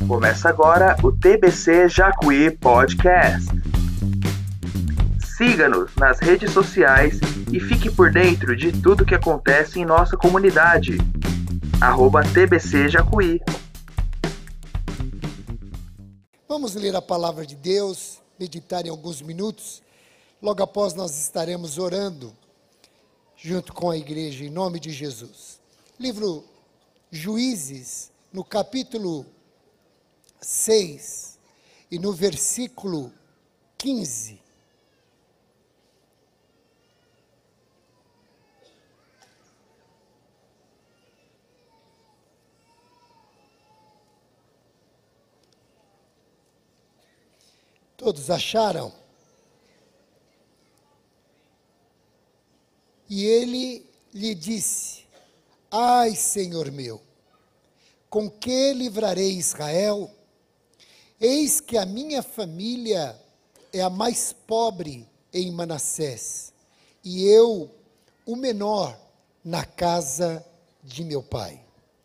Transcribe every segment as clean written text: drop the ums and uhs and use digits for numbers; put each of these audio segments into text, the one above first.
Começa agora o TBC Jacuí Podcast. Siga-nos nas redes sociais e fique por dentro de tudo que acontece em nossa comunidade. @TBC Jacuí. Vamos ler a palavra de Deus, meditar em alguns minutos. Logo após nós estaremos orando junto com a igreja, em nome de Jesus. Livro Juízes, no capítulo 6 e no versículo 15. Todos acharam? E ele lhe disse: Ai, Senhor meu, com que livrarei Israel? Eis que a minha família é a mais pobre em Manassés, e eu, o menor, na casa de meu pai.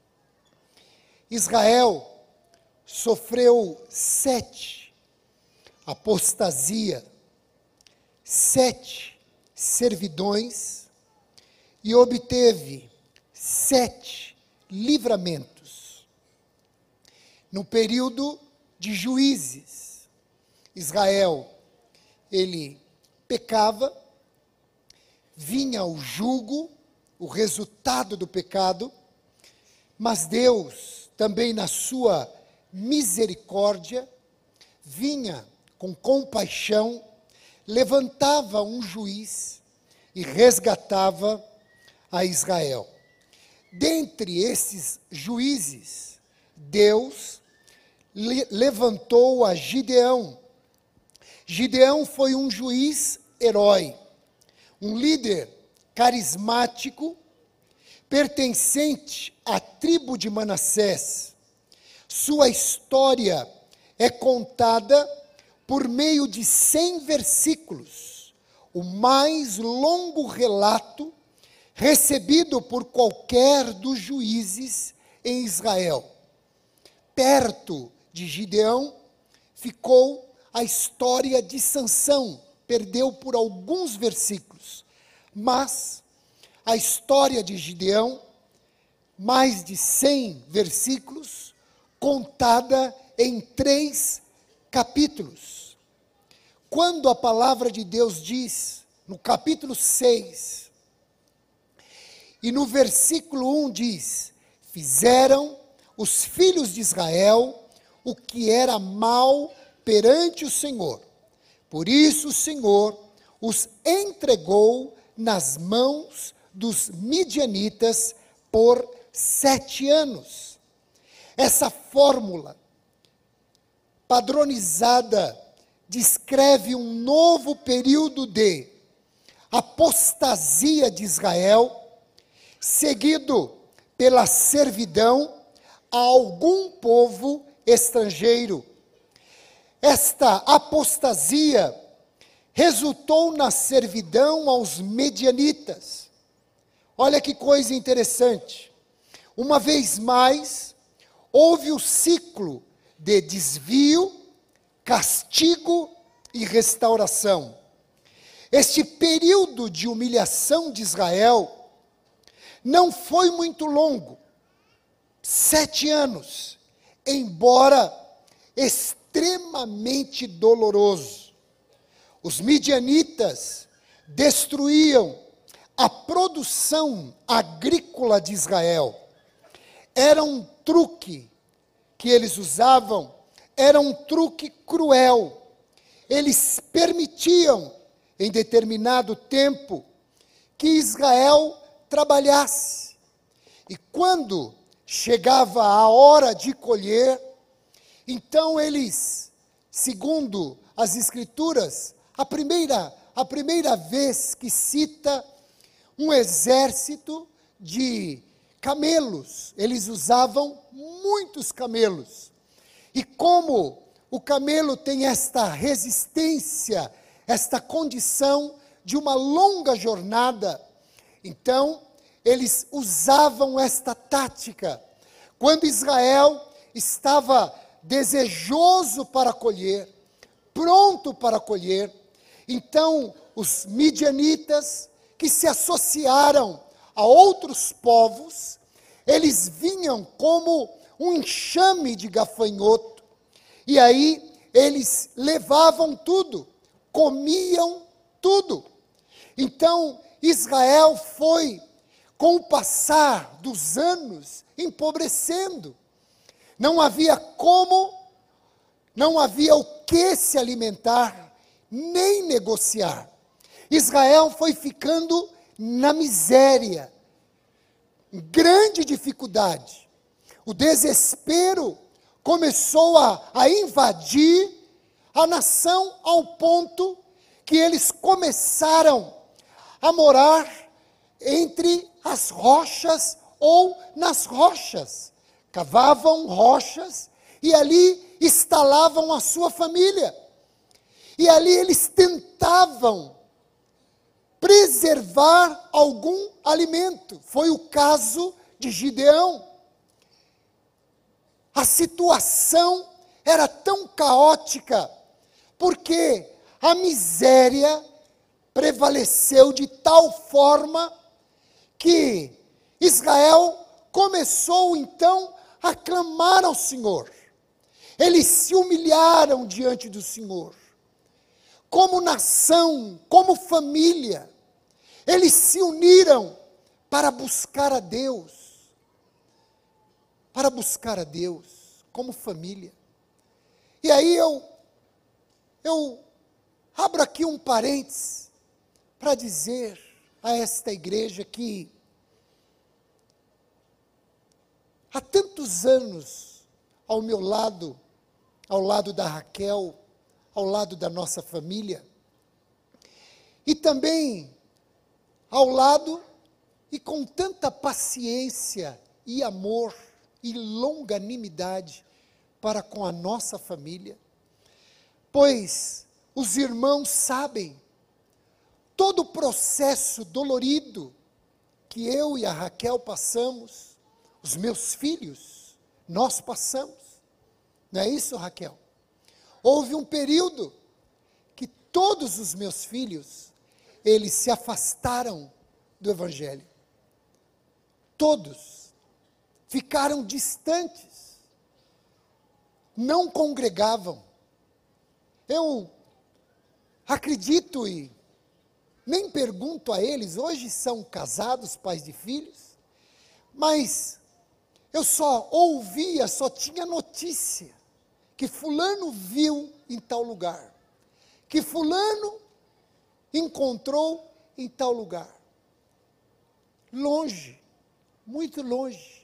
Israel sofreu 7 apostasia, 7 servidões, e obteve 7 livramentos. No período de Juízes, Israel, ele pecava, vinha o jugo, o resultado do pecado, mas Deus, também na sua misericórdia, vinha com compaixão, levantava um juiz e resgatava a Israel. Dentre esses juízes, Deus levantou a Gideão. Gideão foi um juiz herói, um líder carismático, pertencente à tribo de Manassés. Sua história é contada por meio de 100 versículos, o mais longo relato recebido por qualquer dos juízes em Israel. Perto de Gideão ficou a história de Sansão, perdeu por alguns versículos, mas a história de Gideão, mais de 100 versículos, contada em 3 capítulos. Quando a palavra de Deus diz, no capítulo 6, e no versículo 1 diz: fizeram os filhos de Israel o que era mal perante o Senhor. Por isso o Senhor os entregou nas mãos dos midianitas por 7 anos. Essa fórmula padronizada descreve um novo período de apostasia de Israel, seguido pela servidão a algum povo estrangeiro. Esta apostasia resultou na servidão aos medianitas. Olha que coisa interessante. Uma vez mais, houve o ciclo de desvio, castigo e restauração. Este período de humilhação de Israel não foi muito longo, 7 anos, embora extremamente doloroso. Os midianitas destruíam a produção agrícola de Israel. Era um truque que eles usavam, era um truque cruel. Eles permitiam, em determinado tempo, que Israel trabalhasse. E quando chegava a hora de colher, então eles, segundo as Escrituras, a primeira vez que cita um exército de camelos, eles usavam muitos camelos. E como o camelo tem esta resistência, esta condição de uma longa jornada, então eles usavam esta tática. Quando Israel estava desejoso para colher, pronto para colher. Então, os midianitas, que se associaram a outros povos, eles vinham como um enxame de gafanhoto, e aí eles levavam tudo, comiam tudo. Então, Israel foi, com o passar dos anos, empobrecendo. Não havia como, não havia o que se alimentar, nem negociar. Israel foi ficando na miséria, grande dificuldade. O desespero começou a invadir a nação ao ponto que eles começaram a morar entre as rochas ou nas rochas. Cavavam rochas e ali instalavam a sua família. E ali eles tentavam preservar algum alimento. Foi o caso de Gideão. A situação era tão caótica, porque a miséria prevaleceu de tal forma que Israel começou então a clamar ao Senhor. Eles se humilharam diante do Senhor. Como nação, como família, eles se uniram para buscar a Deus. Para buscar a Deus, como família. E aí eu abro aqui um parênteses para dizer a esta igreja que há tantos anos ao meu lado, ao lado da Raquel, ao lado da nossa família, e também ao lado e com tanta paciência e amor e longanimidade para com a nossa família, pois os irmãos sabem todo o processo dolorido que eu e a Raquel passamos, os meus filhos, nós passamos. Não é isso, Raquel? Houve um período que todos os meus filhos, eles se afastaram do Evangelho. Todos ficaram distantes, não congregavam. Eu acredito e nem pergunto a eles, hoje são casados, pais de filhos, mas eu só ouvia, só tinha notícia, que fulano viu em tal lugar, que fulano encontrou em tal lugar. Longe, muito longe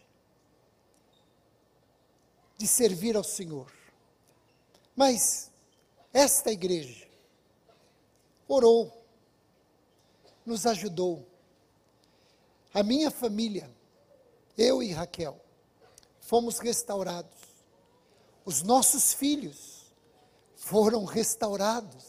de servir ao Senhor. Mas esta igreja orou, nos ajudou. A minha família, eu e Raquel, fomos restaurados. Os nossos filhos foram restaurados.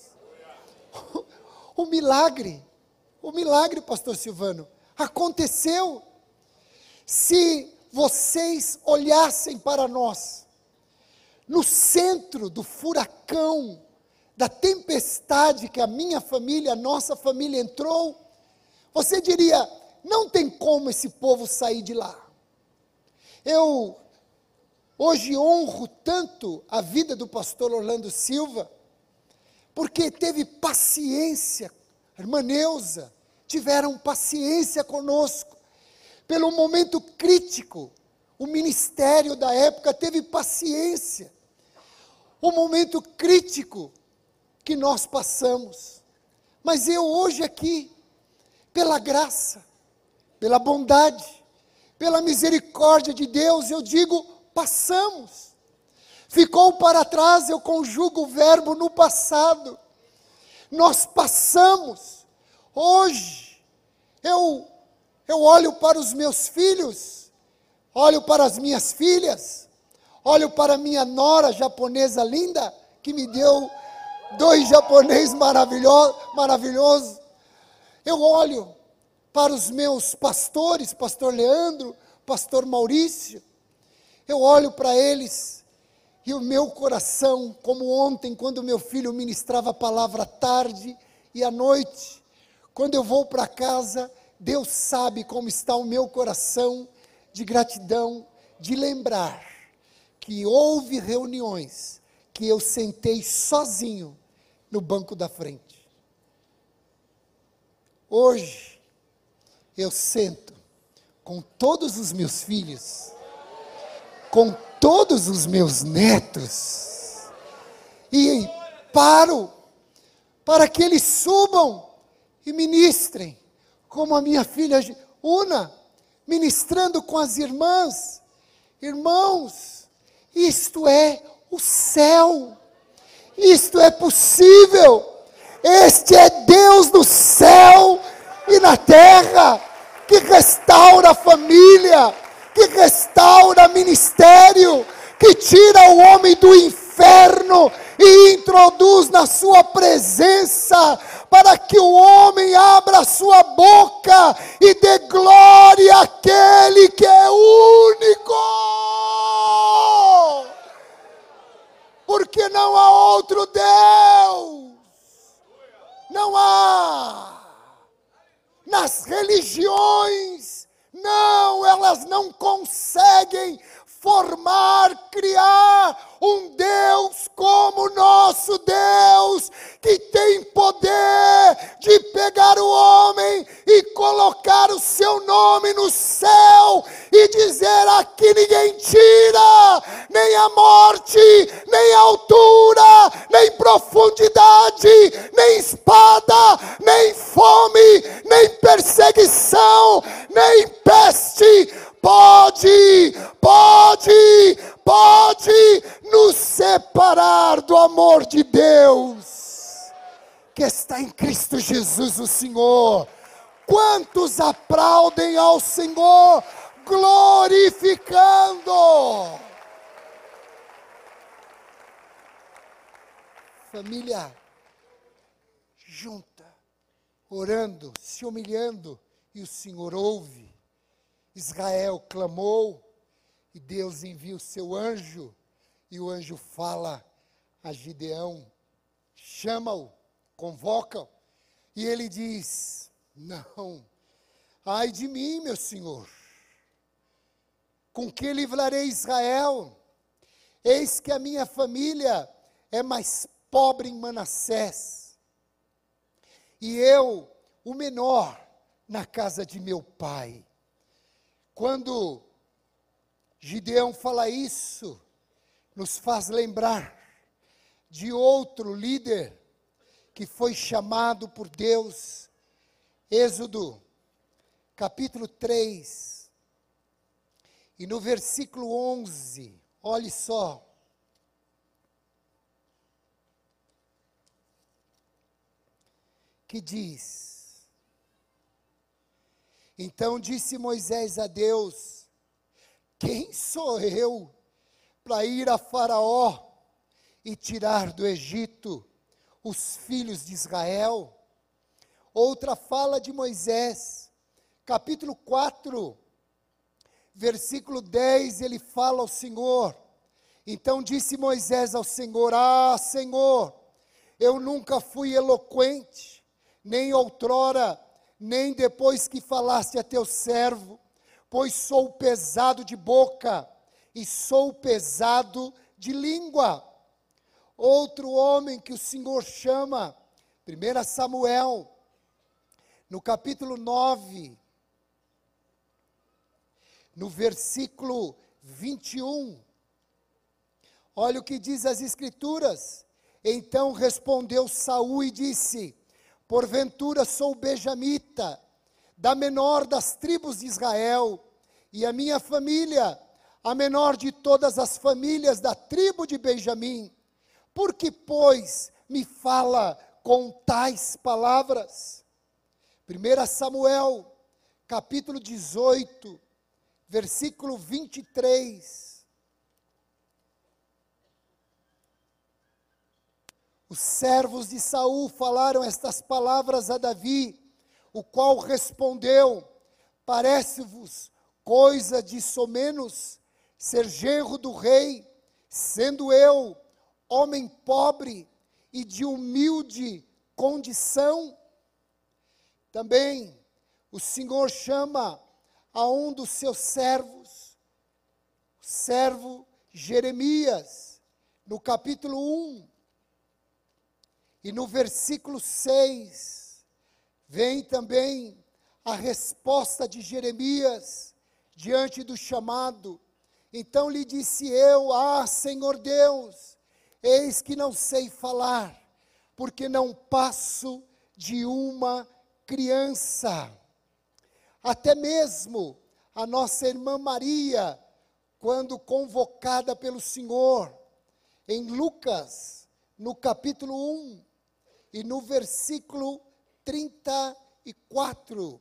O milagre, pastor Silvano, aconteceu. Se vocês olhassem para nós, no centro do furacão, da tempestade que a minha família, a nossa família entrou, você diria, não tem como esse povo sair de lá. Eu hoje honro tanto a vida do pastor Orlando Silva, porque teve paciência, a irmã Neuza, tiveram paciência conosco, pelo momento crítico, o ministério da época teve paciência, o momento crítico que nós passamos, mas eu hoje aqui, pela graça, pela bondade, pela misericórdia de Deus, eu digo, passamos. Ficou para trás, eu conjugo o verbo no passado. Nós passamos. Hoje, eu olho para os meus filhos, olho para as minhas filhas, olho para a minha nora japonesa linda, que me deu 2 japoneses maravilhosos. Eu olho para os meus pastores, pastor Leandro, pastor Maurício, eu olho para eles E o meu coração, como ontem, quando meu filho ministrava a palavra à tarde e à noite, quando eu vou para casa, Deus sabe como está o meu coração de gratidão, de lembrar que houve reuniões que eu sentei sozinho no banco da frente. Hoje, eu sento com todos os meus filhos, com todos os meus netos, e paro para que eles subam e ministrem, como a minha filha Una, ministrando com as irmãs. Irmãos, isto é o céu, isto é possível. Este é Deus no céu e na terra, que restaura a família, que restaura ministério, que tira o homem do inferno e introduz na sua presença, para que o homem abra a sua boca e dê glória àquele que é único. Porque não há outro Deus, não há. Nas religiões, não, elas não conseguem formar, criar um Deus como o nosso Deus, que tem poder de pegar o homem e colocar o seu nome no céu e dizer: aqui ninguém tira, nem a morte, nem a altura, nem profundidade, nem espada, nem fome, nem perseguição, nem peste pode nos separar do amor de Deus, que está em Cristo Jesus o Senhor. Quantos aplaudem ao Senhor, glorificando? Família junta, orando, se humilhando, e o Senhor ouve. Israel clamou, e Deus envia o seu anjo, e o anjo fala a Gideão, chama-o, convoca-o, e ele diz: não, ai de mim, meu Senhor, com que livrarei Israel? Eis que a minha família é mais pobre em Manassés, e eu, o menor, na casa de meu pai. Quando Gideão fala isso, nos faz lembrar de outro líder que foi chamado por Deus. Êxodo, capítulo 3, e no versículo 11, olhe só. Que diz: então disse Moisés a Deus: quem sou eu para ir a Faraó e tirar do Egito os filhos de Israel? Outra fala de Moisés, capítulo 4, versículo 10, ele fala ao Senhor: então disse Moisés ao Senhor: ah, Senhor, eu nunca fui eloquente, nem outrora, nem depois que falaste a teu servo, pois sou pesado de boca e sou pesado de língua. Outro homem que o Senhor chama, 1 Samuel, no capítulo 9, no versículo 21, olha o que diz as Escrituras. Então respondeu Saul e disse: porventura sou benjamita, da menor das tribos de Israel, e a minha família, a menor de todas as famílias da tribo de Benjamim. Por que, pois, me fala com tais palavras? 1 Samuel, capítulo 18, versículo 23. Os servos de Saul falaram estas palavras a Davi, o qual respondeu: parece-vos coisa de somenos ser genro do rei, sendo eu homem pobre e de humilde condição. Também o Senhor chama a um dos seus servos, o servo Jeremias, no capítulo 1, e no versículo 6, vem também a resposta de Jeremias diante do chamado. Então lhe disse eu: Senhor Deus, eis que não sei falar, porque não passo de uma criança. Até mesmo a nossa irmã Maria, quando convocada pelo Senhor, em Lucas, no capítulo 1, e no versículo 34,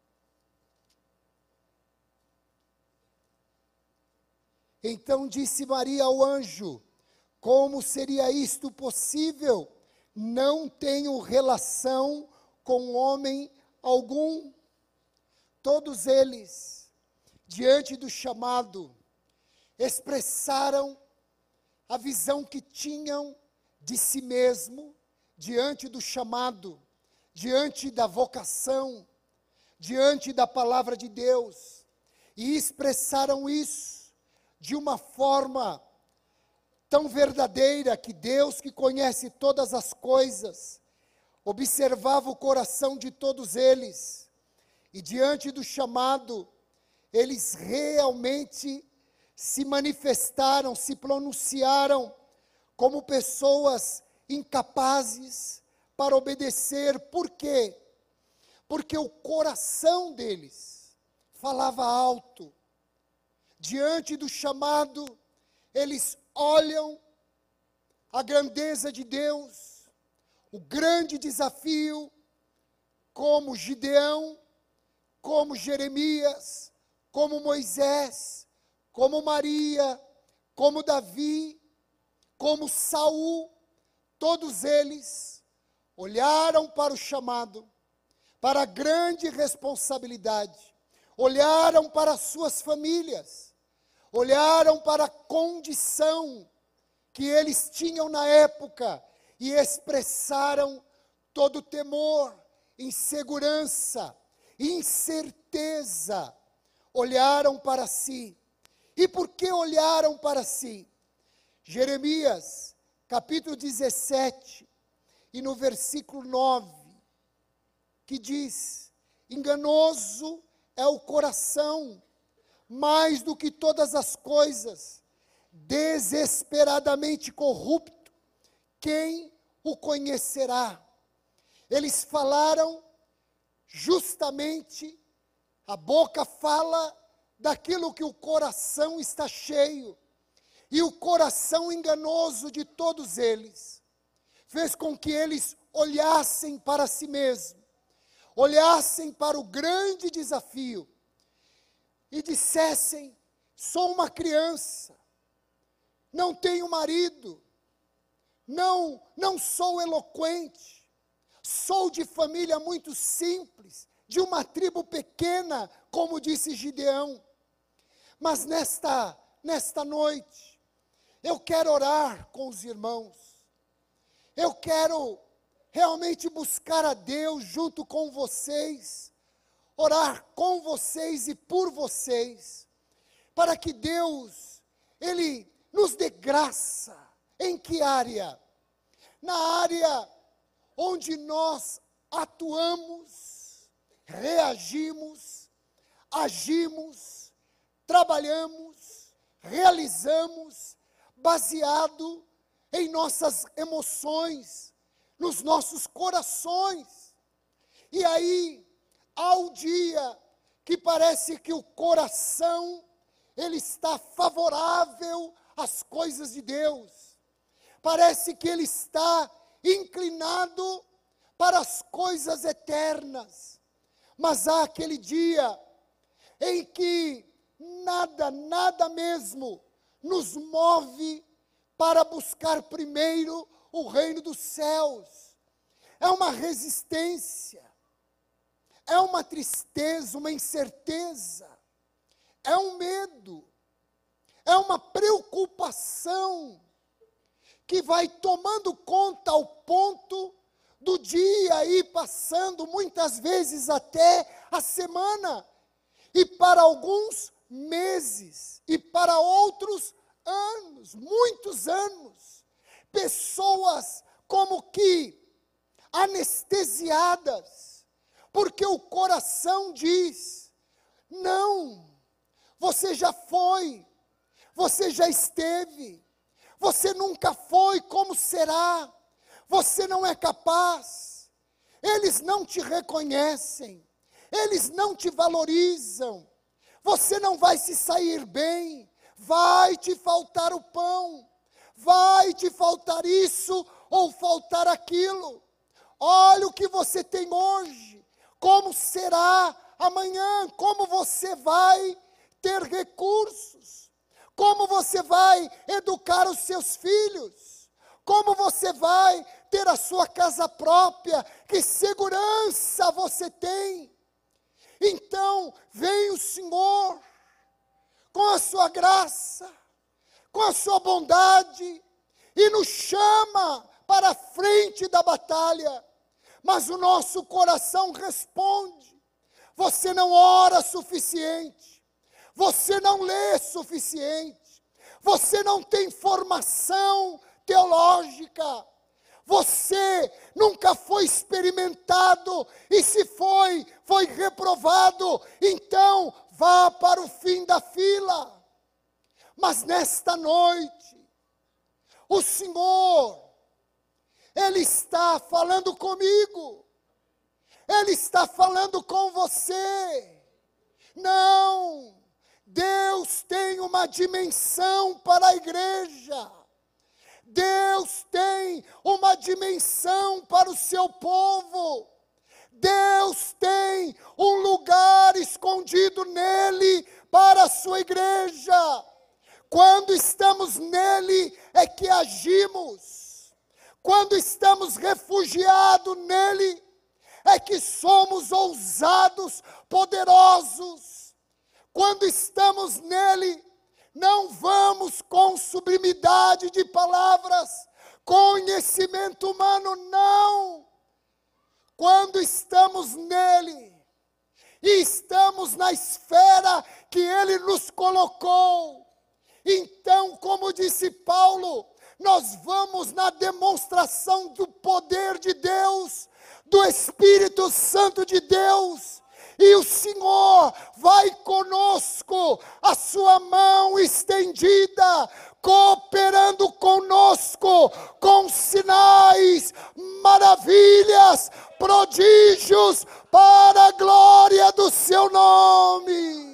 então disse Maria ao anjo: como seria isto possível? Não tenho relação com homem algum. Todos eles, diante do chamado, expressaram a visão que tinham de si mesmo, diante do chamado, diante da vocação, diante da palavra de Deus, e expressaram isso de uma forma tão verdadeira que Deus, que conhece todas as coisas, observava o coração de todos eles, e diante do chamado, eles realmente se manifestaram, se pronunciaram como pessoas incapazes para obedecer. Por quê? Porque o coração deles falava alto. Diante do chamado, eles olham a grandeza de Deus, o grande desafio, como Gideão, como Jeremias, como Moisés, como Maria, como Davi, como Saul. Todos eles olharam para o chamado, para a grande responsabilidade, olharam para as suas famílias, olharam para a condição que eles tinham na época e expressaram todo temor, insegurança, incerteza. Olharam para si. E por que olharam para si? Jeremias, capítulo 17, e no versículo 9, que diz: enganoso é o coração, mais do que todas as coisas, desesperadamente corrupto, quem o conhecerá? Eles falaram justamente, a boca fala daquilo que o coração está cheio, e o coração enganoso de todos eles fez com que eles olhassem para si mesmos, olhassem para o grande desafio e dissessem: sou uma criança, não tenho marido, não sou eloquente, sou de família muito simples, de uma tribo pequena, como disse Gideão. Mas nesta noite, eu quero orar com os irmãos, eu quero realmente buscar a Deus junto com vocês, orar com vocês e por vocês, para que Deus, Ele nos dê graça. Em que área? Na área onde nós atuamos, reagimos, agimos, trabalhamos, realizamos, baseado em nossas emoções, nos nossos corações. E aí, há um dia que parece que o coração, ele está favorável às coisas de Deus. Parece que ele está inclinado para as coisas eternas. Mas há aquele dia em que nada mesmo nos move para buscar primeiro o reino dos céus. É uma resistência, é uma tristeza, uma incerteza, é um medo, é uma preocupação que vai tomando conta ao ponto do dia ir passando, muitas vezes até a semana, e para alguns meses, e para outros anos, muitos anos. Pessoas como que anestesiadas, porque o coração diz: não, você já foi, você já esteve, você nunca foi, como será? Você não é capaz, eles não te reconhecem, eles não te valorizam, você não vai se sair bem, vai te faltar o pão, vai te faltar isso ou faltar aquilo. Olha o que você tem hoje, como será amanhã, como você vai ter recursos, como você vai educar os seus filhos, como você vai ter a sua casa própria, que segurança você tem. Então, vem o Senhor, com a sua graça, com a sua bondade, e nos chama para a frente da batalha, mas o nosso coração responde: você não ora suficiente, você não lê suficiente, você não tem formação teológica, você nunca foi experimentado, e se foi reprovado, então vá para o fim da fila. Mas nesta noite, o Senhor, Ele está falando comigo, Ele está falando com você. Não, Deus tem uma dimensão para a igreja, Deus tem uma dimensão para o seu povo, Deus tem um lugar escondido nele para a sua igreja. Quando estamos nele é que agimos, quando estamos refugiados nele é que somos ousados, poderosos. Quando estamos nele, não vamos com sublimidade de palavras, conhecimento humano, não. Quando estamos nele, e estamos na esfera que ele nos colocou, então, como disse Paulo, nós vamos na demonstração do poder de Deus, do Espírito Santo de Deus, e o Senhor vai conosco, a sua mão estendida, cooperando conosco, com sinais, maravilhas, prodígios, para a glória do seu nome.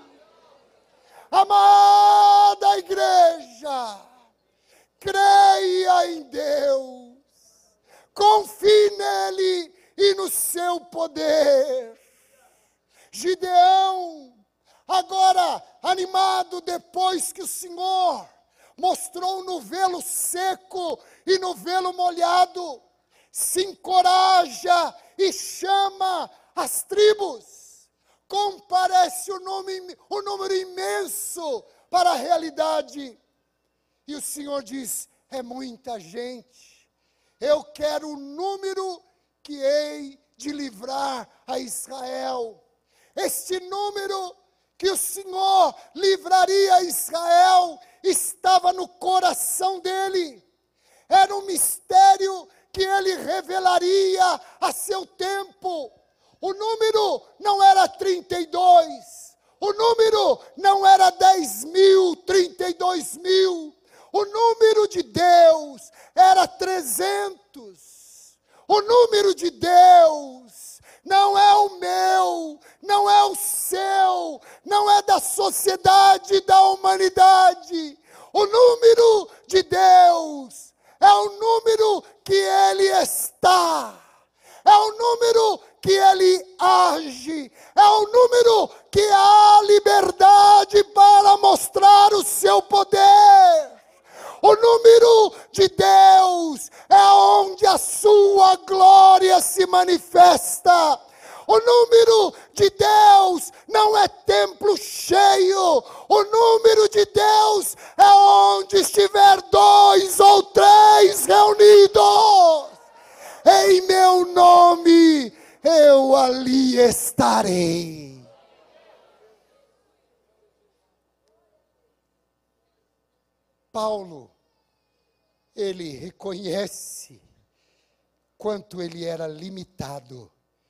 Amada igreja, creia em Deus, confie nele e no seu poder. Gideão, agora animado depois que o Senhor mostrou no velo seco e no velo molhado, se encoraja e chama as tribos. Comparece o número imenso para a realidade. E o Senhor diz: é muita gente, eu quero o número que hei de livrar a Israel. Este número que o Senhor livraria a Israel estava no coração dele. Era um mistério que ele revelaria a seu tempo. O número não era 32, o número não era 10.000, 32.000, o número de Deus era 300. O número de Deus não é o meu, não é o seu, não é da sociedade, da humanidade. O número de Deus é o número que Ele está, é o número que Ele age, é o número que há liberdade para mostrar o seu poder. O número de Deus é onde a sua glória se manifesta. O número de Deus não é templo cheio. O número de Deus é onde estiver 2 ou 3 reunidos. Em meu nome, eu ali estarei. Paulo, ele reconhece quanto ele era limitado,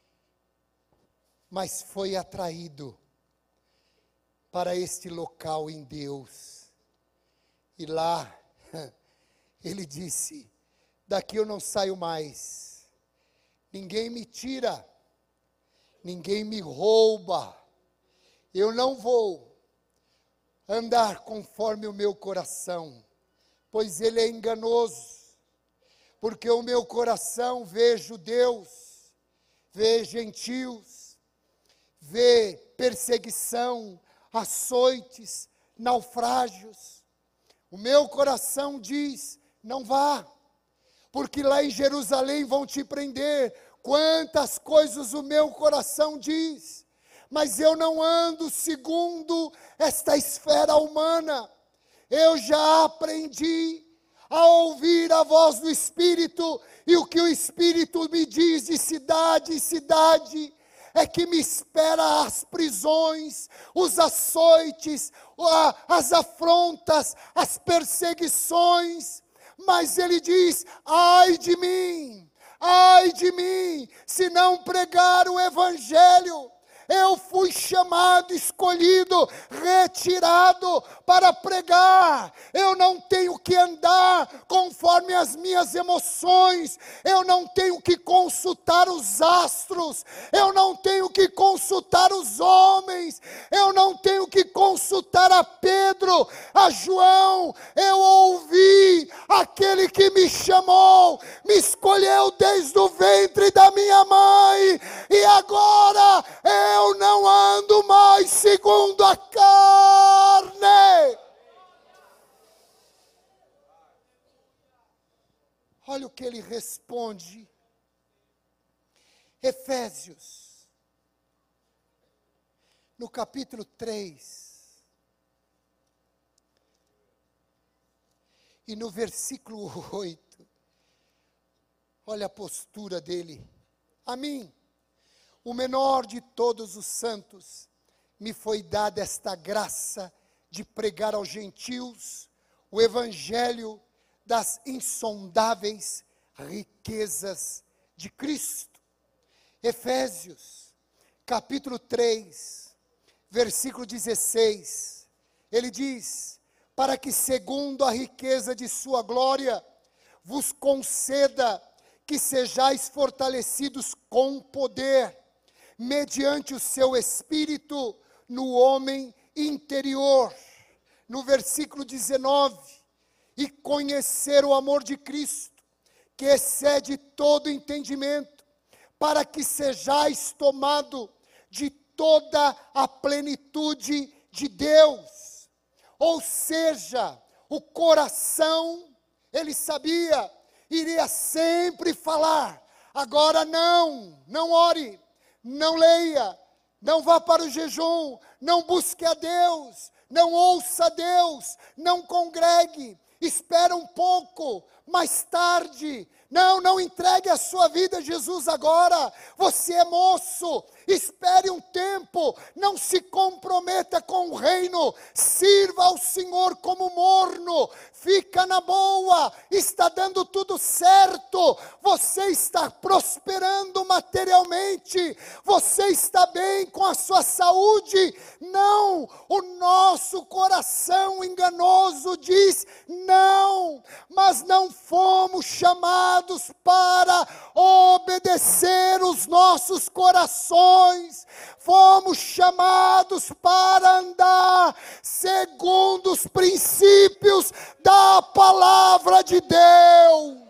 mas foi atraído para este local em Deus. E lá, ele disse: daqui eu não saio mais, ninguém me tira, ninguém me rouba, eu não vou andar conforme o meu coração, pois ele é enganoso, porque o meu coração vê judeus, vê gentios, vê perseguição, açoites, naufrágios. O meu coração diz: não vá, porque lá em Jerusalém vão te prender. Quantas coisas o meu coração diz, mas eu não ando segundo esta esfera humana. Eu já aprendi a ouvir a voz do Espírito, e o que o Espírito me diz de cidade em cidade, é que me espera as prisões, os açoites, as afrontas, as perseguições. Mas ele diz: ai de mim, se não pregar o Evangelho. Eu fui chamado, escolhido, retirado para pregar. Eu não tenho que andar conforme as minhas emoções. Eu não tenho que consultar os astros. Eu não tenho que consultar os homens. Eu não tenho que consultar a Pedro, a João. Eu ouvi aquele que me chamou, me escolheu desde o ventre da minha mãe. E agora eu não ando mais segundo a carne. Olha o que ele responde. Efésios, no capítulo 3, e no versículo 8, olha a postura dele. A mim, o menor de todos os santos, me foi dada esta graça de pregar aos gentios o evangelho das insondáveis riquezas de Cristo. Efésios, capítulo 3, versículo 16, ele diz: para que segundo a riqueza de sua glória, vos conceda que sejais fortalecidos com poder, mediante o seu Espírito no homem interior. No versículo 19, e conhecer o amor de Cristo, que excede todo entendimento, para que sejais tomado de toda a plenitude de Deus. Ou seja, o coração, ele sabia, iria sempre falar: agora não ore, não leia, não vá para o jejum, não busque a Deus, não ouça a Deus, não congregue, espera um pouco, mais tarde. Não entregue a sua vida a Jesus agora. Você é moço, espere um tempo, não se comprometa com o reino, sirva ao Senhor como morno, fica na boa, está dando tudo certo, você está prosperando materialmente, você está bem com a sua saúde. Não, o nosso coração enganoso diz não, mas não fomos chamados para obedecer os nossos corações, fomos chamados para andar segundo os princípios da palavra de Deus.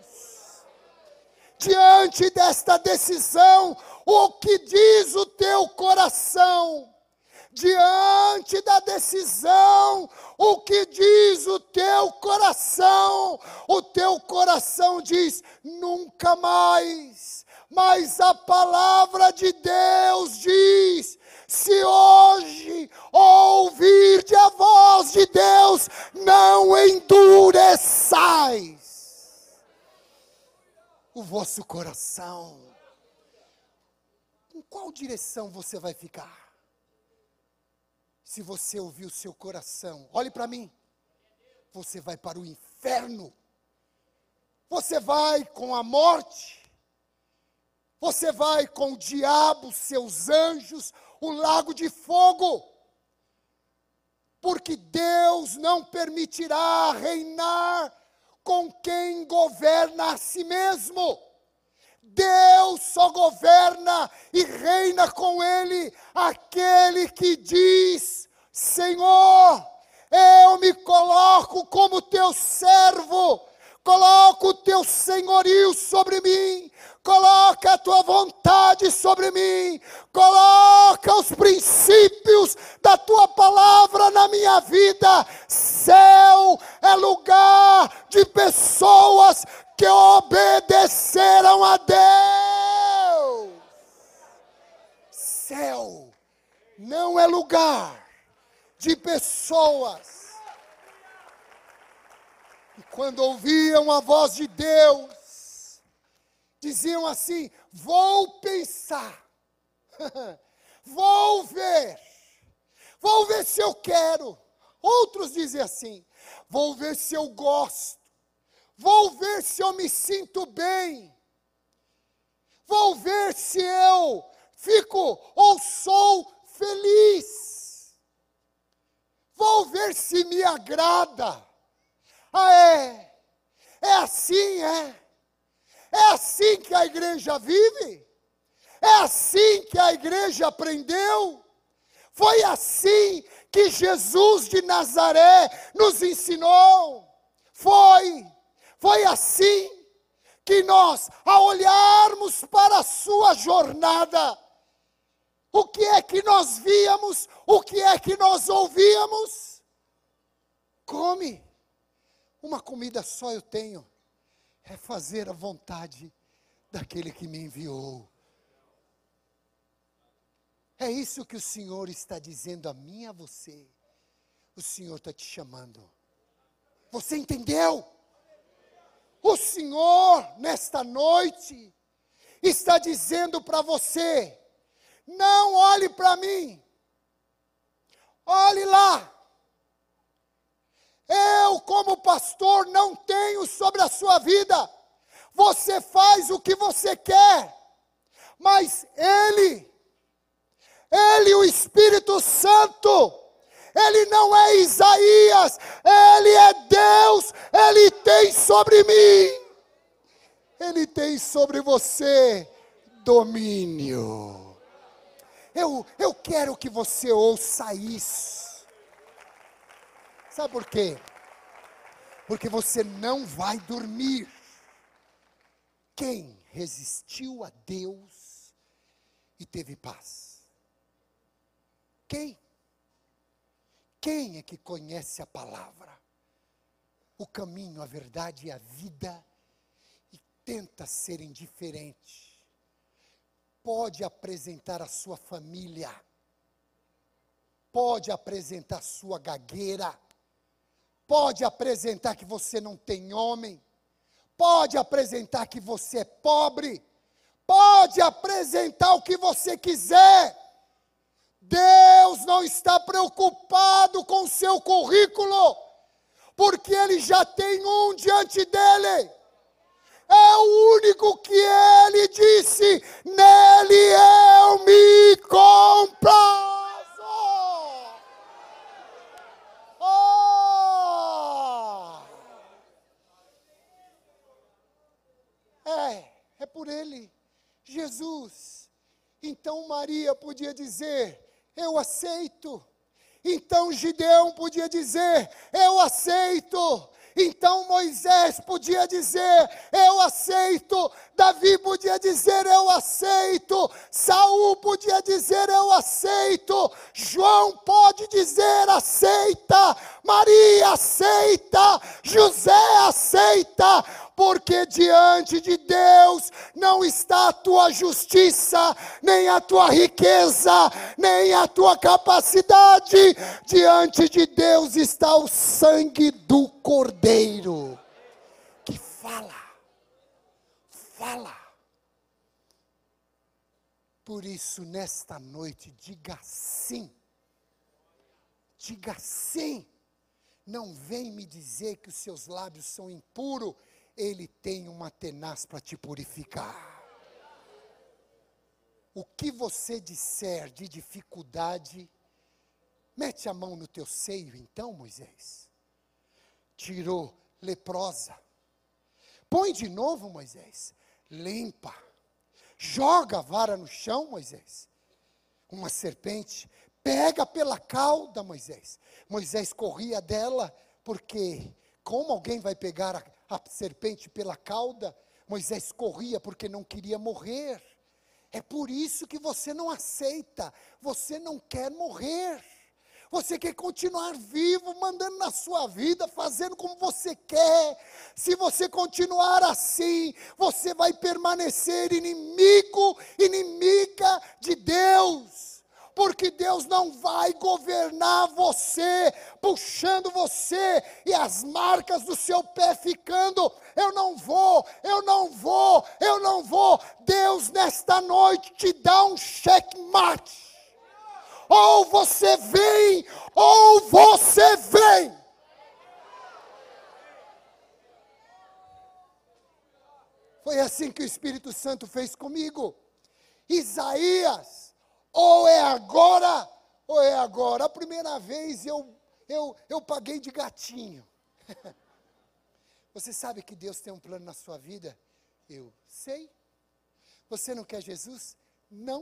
Diante desta decisão, o que diz o teu coração? diante da decisão, o que diz o teu coração? O teu coração diz: nunca mais. Mas a palavra de Deus diz: se hoje ouvirde a voz de Deus, não endureçais o vosso coração. Em qual direção você vai ficar? Se você ouvir o seu coração, olhe para mim, você vai para o inferno. Você vai com a morte. Você vai com o diabo, seus anjos, o lago de fogo. Porque Deus não permitirá reinar com quem governa a si mesmo. Deus só governa e reina com Ele aquele que diz: Senhor, eu me coloco como teu servo, coloco o teu senhorio sobre mim, coloca a tua vontade sobre mim, coloca os princípios da tua palavra na minha vida. Céu é lugar de pessoas que obedeceram a Deus. Céu não é lugar de pessoas que, quando ouviam a voz de Deus, diziam assim: vou pensar, vou ver se eu quero. Outros dizem assim: vou ver se eu gosto, vou ver se eu me sinto bem, vou ver se eu fico ou sou feliz, vou ver se me agrada. É assim, é assim que a igreja vive? É assim que a igreja aprendeu? Foi assim que Jesus de Nazaré nos ensinou? Foi assim que nós, ao olharmos para a sua jornada, o que é que nós víamos? O que é que nós ouvíamos? Come, uma comida só eu tenho, é fazer a vontade daquele que me enviou. É isso que o Senhor está dizendo a mim e a você. O Senhor está te chamando. Você entendeu? O Senhor, nesta noite, está dizendo para você: não olhe para mim, olhe lá. Eu, como pastor, não tenho sobre a sua vida. Você faz o que você quer, mas Ele, o Espírito Santo, Ele não é Isaías, Ele é Deus, Ele tem sobre mim, Ele tem sobre você domínio. Eu quero que você ouça isso. Sabe por quê? Porque você não vai dormir. Quem resistiu a Deus e teve paz? Quem? Quem é que conhece a palavra, o caminho, a verdade e a vida, e tenta ser indiferente? Pode apresentar a sua família, pode apresentar sua gagueira, pode apresentar que você não tem homem, pode apresentar que você é pobre, pode apresentar o que você quiser. Deus não está preocupado com o seu currículo, porque Ele já tem um diante dele. É o único que Ele disse: nele eu me comprazo. É por Ele, Jesus. Então Maria podia dizer: eu aceito. Então Gideão podia dizer: eu aceito. Então Moisés podia dizer, eu aceito. Davi podia dizer, eu aceito. Saul podia dizer, eu aceito. João pode dizer, aceita. Maria aceita. José aceita. Porque diante de Deus não está a tua justiça, nem a tua riqueza, nem a tua capacidade. Diante de Deus está o sangue do Cordeiro, que fala. Por isso, nesta noite, diga sim. Diga sim. Não vem me dizer que os seus lábios são impuros. Ele tem uma tenaz para te purificar. O que você disser de dificuldade, mete a mão no teu seio então, Moisés. Tirou leprosa. Põe de novo, Moisés. Limpa. Joga a vara no chão, Moisés. Uma serpente. Pega pela cauda, Moisés. Moisés corria dela, porque como alguém vai pegar a serpente pela cauda? Moisés corria porque não queria morrer. É por isso que você não aceita. Você não quer morrer. Você quer continuar vivo, mandando na sua vida, fazendo como você quer. Se você continuar assim, você vai permanecer inimiga de Deus. Porque Deus não vai governar você, puxando você e as marcas do seu pé ficando. Eu não vou. Deus nesta noite te dá um checkmate. Ou você vem, ou você vem. Foi assim que o Espírito Santo fez comigo. Isaías, ou é agora, ou é agora. A primeira vez eu paguei de gatinho. Você sabe que Deus tem um plano na sua vida? Eu sei. Você não quer Jesus? Não.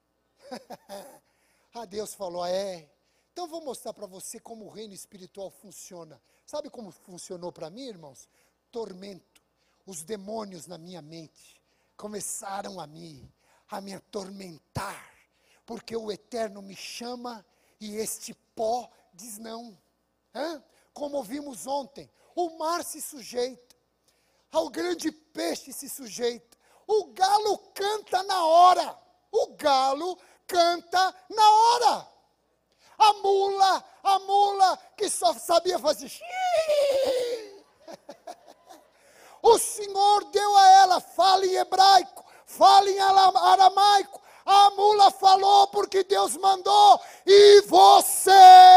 Deus falou, então vou mostrar para você como o reino espiritual funciona. Sabe como funcionou para mim, irmãos? Tormento. Os demônios na minha mente começaram a me atormentar, porque o Eterno me chama e este pó diz não. Como ouvimos ontem, o mar se sujeita, ao grande peixe se sujeita, o galo canta na hora, na hora. A mula que só sabia fazer o Senhor deu a ela, fala em hebraico, fala em aramaico. A mula falou porque Deus mandou. E você,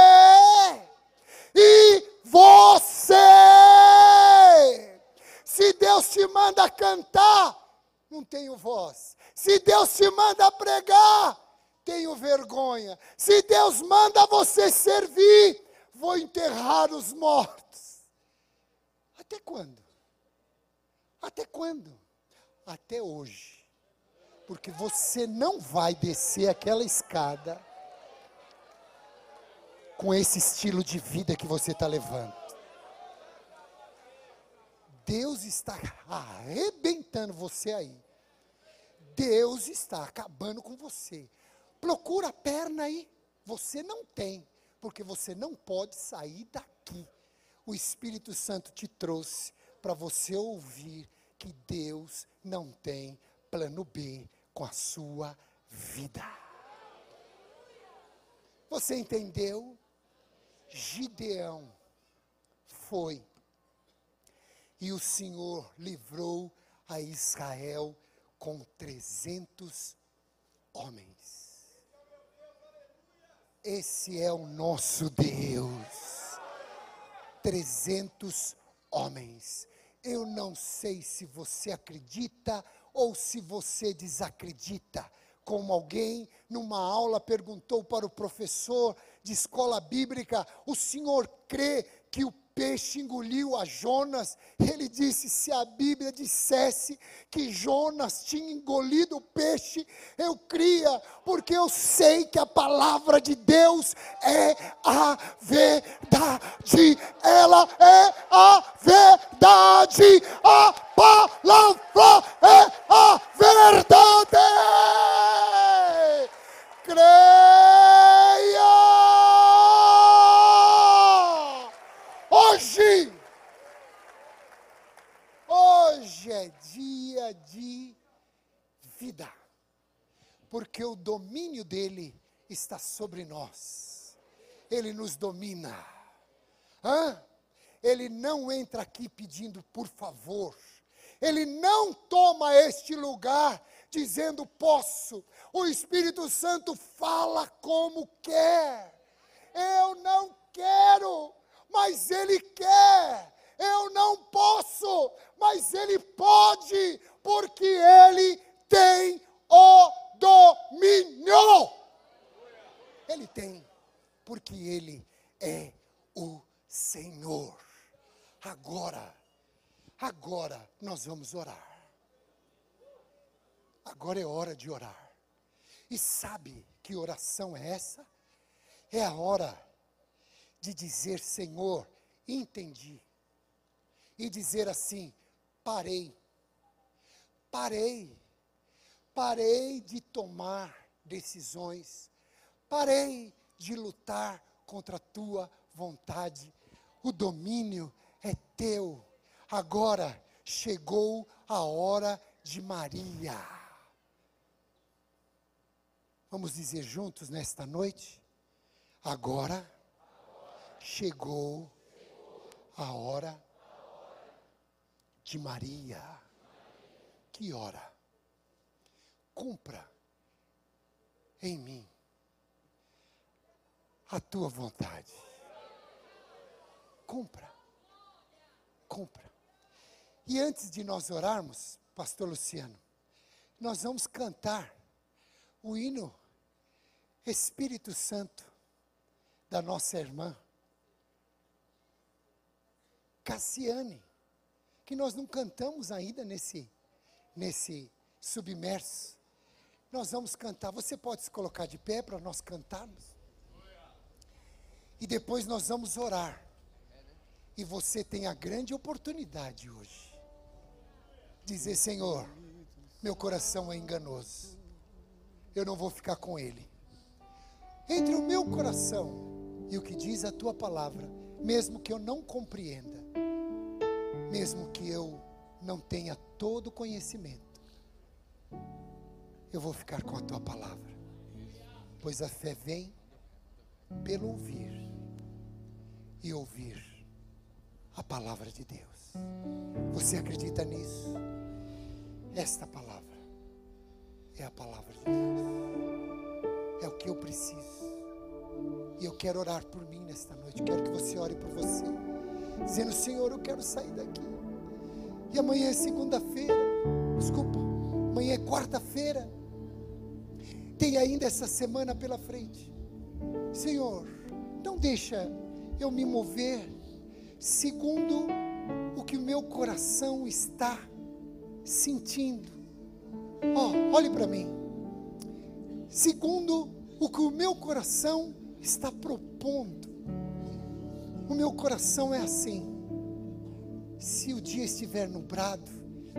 se Deus te manda cantar, não tenho voz. Se Deus te manda pregar, tenho vergonha. Se Deus manda você servir, vou enterrar os mortos. Até quando? Até quando? Até hoje. Porque você não vai descer aquela escada com esse estilo de vida que você está levando. Deus está arrebentando você aí. Deus está acabando com você. Procura a perna aí. Você não tem, porque você não pode sair daqui. O Espírito Santo te trouxe para você ouvir que Deus não tem plano B com a sua vida. Você entendeu? Gideão foi, e o Senhor livrou a Israel com 300 homens. Esse é o nosso Deus. 300 homens. Eu não sei se você acredita ou se você desacredita. Como alguém numa aula perguntou para o professor de escola bíblica, o senhor crê que o peixe engoliu a Jonas, ele disse: se a Bíblia dissesse que Jonas tinha engolido o peixe, eu cria, porque eu sei que a palavra de Deus é a verdade, ela é a verdade, a palavra é a verdade. Creia! Hoje é dia de vida, porque o domínio dele está sobre nós, ele nos domina. Ele não entra aqui pedindo por favor, ele não toma este lugar dizendo posso. O Espírito Santo fala como quer. Eu não quero, mas ele quer. Eu não posso, mas ele pode, porque ele tem o domínio. Ele tem, porque ele é o Senhor. Agora nós vamos orar. Agora é hora de orar. E sabe que oração é essa? É a hora de dizer: Senhor, entendi. E dizer assim: parei de tomar decisões, parei de lutar contra a tua vontade, o domínio é teu, agora chegou a hora de Maria. Vamos dizer juntos nesta noite? Agora chegou a hora de Maria. Que hora? Cumpra em mim a tua vontade. Cumpra. E antes de nós orarmos, pastor Luciano, nós vamos cantar o hino Espírito Santo da nossa irmã Cassiane, que nós não cantamos ainda nesse submerso. Nós vamos cantar. Você pode se colocar de pé para nós cantarmos? E depois nós vamos orar. E você tem a grande oportunidade hoje. Dizer: Senhor, meu coração é enganoso. Eu não vou ficar com ele. Entre o meu coração e o que diz a tua palavra, mesmo que eu não compreenda, mesmo que eu não tenha todo o conhecimento, eu vou ficar com a tua palavra. Pois a fé vem pelo ouvir, e ouvir a palavra de Deus. Você acredita nisso? Esta palavra é a palavra de Deus. É o que eu preciso. E eu quero orar por mim nesta noite. Quero que você ore por você, dizendo: Senhor, eu quero sair daqui. E amanhã é segunda-feira. Desculpa, amanhã é quarta-feira. Tem ainda essa semana pela frente. Senhor, não deixa eu me mover segundo o que o meu coração está sentindo. Olhe para mim. Segundo o que o meu coração está propondo. O meu coração é assim: se o dia estiver nublado,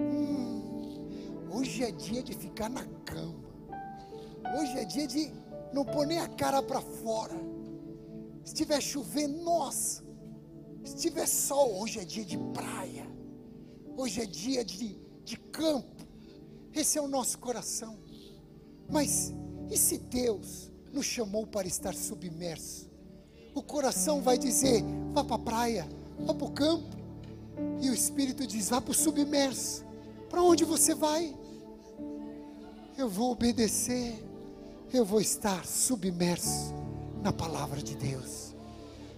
hoje é dia de ficar na cama. Hoje é dia de não pôr nem a cara para fora. Se estiver chovendo, nossa. Se tiver sol, hoje é dia de praia. Hoje é dia de campo. Esse é o nosso coração. Mas e se Deus nos chamou para estar submerso? O coração vai dizer: vá para a praia, vá para o campo. E o Espírito diz: vá para o submerso. Para onde você vai? Eu vou obedecer. Eu vou estar submerso na palavra de Deus.